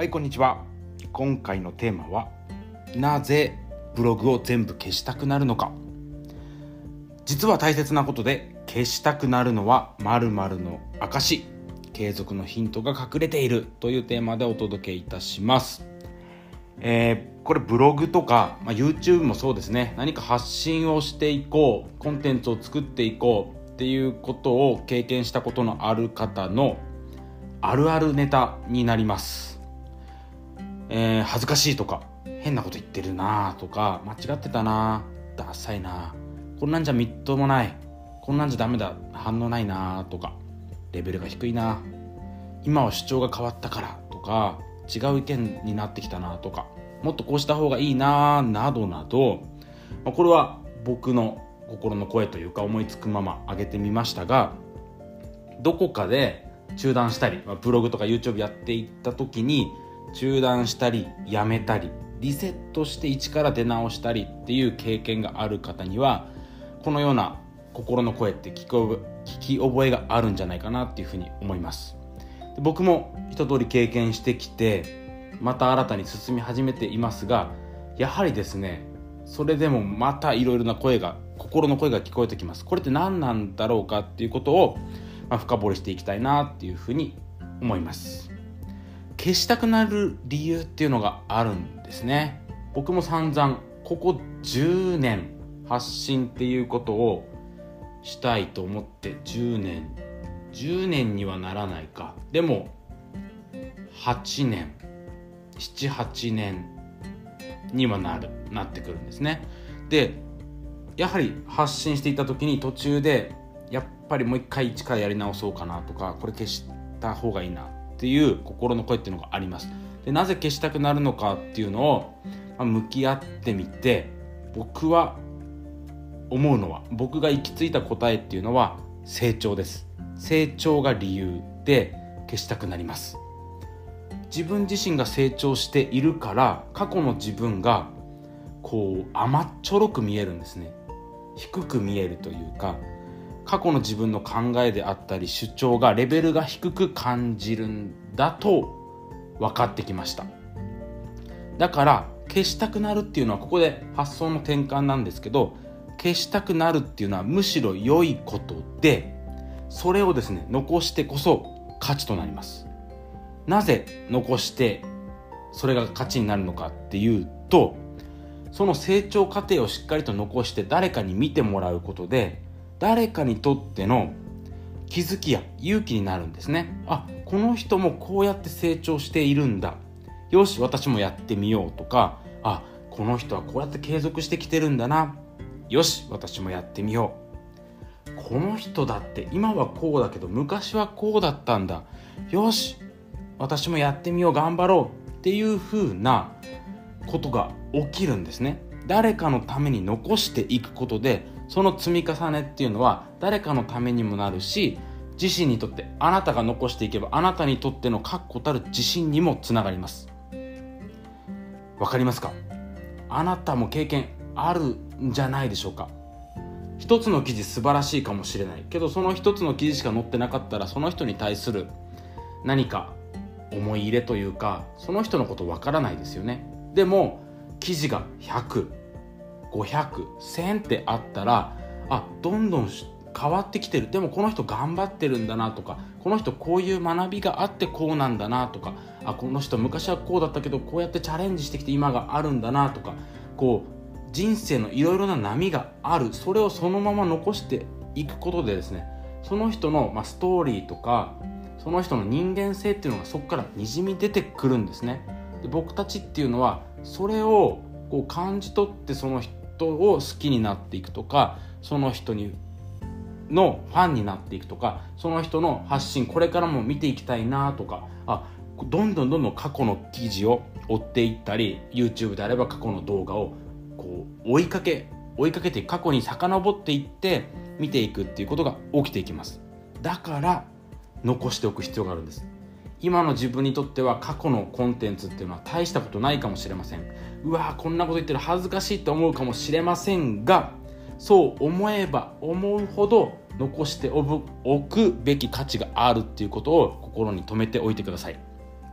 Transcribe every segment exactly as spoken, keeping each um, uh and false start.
はい、こんにちは。今回のテーマは、なぜブログを全部消したくなるのか。実は大切なことで、消したくなるのは〇〇の証、継続のヒントが隠れているというテーマでお届けいたします。えー、これブログとか、まあ、YouTube もそうですね。何か発信をしていこう、コンテンツを作っていこうっていうことを経験したことのある方のあるあるネタになります。えー、恥ずかしいとか、変なこと言ってるなとか、間違ってたな、ダサいな、こんなんじゃみっともない、こんなんじゃダメだ、反応ないなとか、レベルが低いな、今は主張が変わったからとか、違う意見になってきたなとか、もっとこうした方がいいななどなど、これは僕の心の声というか思いつくまま上げてみましたが、どこかで中断したり、ブログとか YouTube やっていった時に中断したりやめたりリセットして一から出直したりっていう経験がある方には、このような心の声って聞き覚え、聞き覚えがあるんじゃないかなっていうふうに思います。で、僕も一通り経験してきて、また新たに進み始めていますが、やはりですね、それでもまたいろいろな声が、心の声が聞こえてきます。これって何なんだろうかっていうことを、まあ、深掘りしていきたいなっていうふうに思います。消したくなる理由っていうのがあるんですね。僕も散々ここじゅうねん発信っていうことをしたいと思ってじゅうねんじゅうねんにはならないか、でもはちねんななはちねんにはなるなってくるんですね。で、やはり発信していた時に途中でやっぱりもう一回一からやり直そうかなとか、これ消した方がいいなっていう心の声っていうのがあります。で、なぜ消したくなるのかっていうのを、まあ、向き合ってみて、僕は思うのは、僕が行き着いた答えっていうのは成長です。成長が理由で消したくなります。自分自身が成長しているから、過去の自分がこう甘っちょろく見えるんですね。低く見えるというか、過去の自分の考えであったり主張がレベルが低く感じるんだと分かってきました。だから消したくなるっていうのは、ここで発想の転換なんですけど、消したくなるっていうのはむしろ良いことで、それをですね残してこそ価値となります。なぜ残してそれが価値になるのかっていうと、その成長過程をしっかりと残して誰かに見てもらうことで、誰かにとっての気づきや勇気になるんですね。あ、この人もこうやって成長しているんだ、よし私もやってみようとか、あ、この人はこうやって継続してきてるんだな、よし私もやってみよう、この人だって今はこうだけど昔はこうだったんだ、よし私もやってみよう、頑張ろうっていう風なことが起きるんですね。誰かのために残していくことで、その積み重ねっていうのは誰かのためにもなるし、自身にとって、あなたが残していけばあなたにとっての確固たる自信にもつながります。わかりますか？あなたも経験あるんじゃないでしょうか。一つの記事素晴らしいかもしれないけど、その一つの記事しか載ってなかったら、その人に対する何か思い入れというか、その人のことわからないですよね。でも記事がひゃく、ごひゃく、せんってあったら、あ、どんどん変わってきてる、でもこの人頑張ってるんだなとか、この人こういう学びがあってこうなんだなとか、あ、この人昔はこうだったけどこうやってチャレンジしてきて今があるんだなとか、こう人生のいろいろな波がある、それをそのまま残していくことでですね、その人の、まあ、ストーリーとかその人の人間性っていうのがそこからにじみ出てくるんですね。で、僕たちっていうのはそれをこう感じ取って、その人を好きになっていくとか、その人にのファンになっていくとか、その人の発信これからも見ていきたいなとか、あ、どんどんどんどん過去の記事を追っていったり、 YouTube であれば過去の動画をこう追いかけ追いかけて過去に遡っていって見ていくっていうことが起きていきます。だから残しておく必要があるんです。今の自分にとっては過去のコンテンツっていうのは大したことないかもしれません。うわー、こんなこと言ってる、恥ずかしいと思うかもしれませんが、そう思えば思うほど残しておくべき価値があるっていうことを心に留めておいてください。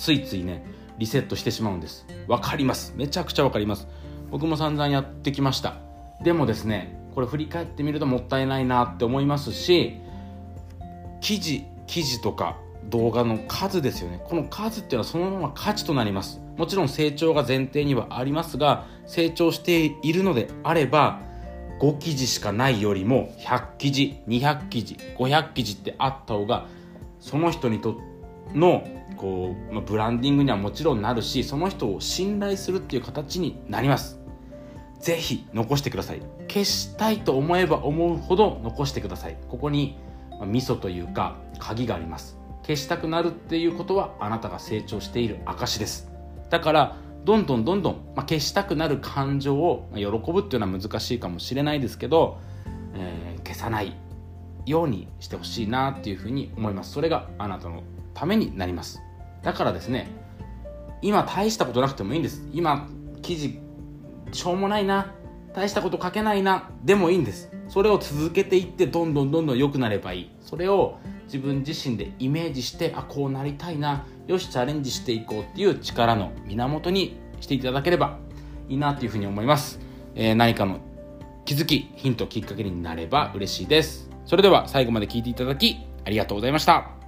ついついねリセットしてしまうんです。わかります。めちゃくちゃわかります。僕も散々やってきました。でもですね、これ振り返ってみるともったいないなって思いますし、記事記事とか動画の数ですよね。この数っていうのはそのまま価値となります。もちろん成長が前提にはありますが、成長しているのであればご記事しかないよりもひゃく記事、にひゃく記事、ごひゃく記事ってあった方がその人にとってのこう、まあ、ブランディングにはもちろんなるし、その人を信頼するっていう形になります。ぜひ残してください。消したいと思えば思うほど残してください。ここに、まあ、ミソというか鍵があります。消したくなるっていうことはあなたが成長している証です。だからどんどんどんどん、まあ、消したくなる感情を、まあ、喜ぶっていうのは難しいかもしれないですけど、えー、消さないようにしてほしいなっていうふうに思います。それがあなたのためになります。だからですね、今大したことなくてもいいんです。今記事しょうもないな、大したこと書けないなでもいいんです。それを続けていってどんどんどんどん良くなればいい。それを自分自身でイメージして、あ、こうなりたいな、よしチャレンジしていこうっていう力の源にしていただければいいなというふうに思います。えー、何かの気づき、ヒント、きっかけになれば嬉しいです。それでは最後まで聞いていただきありがとうございました。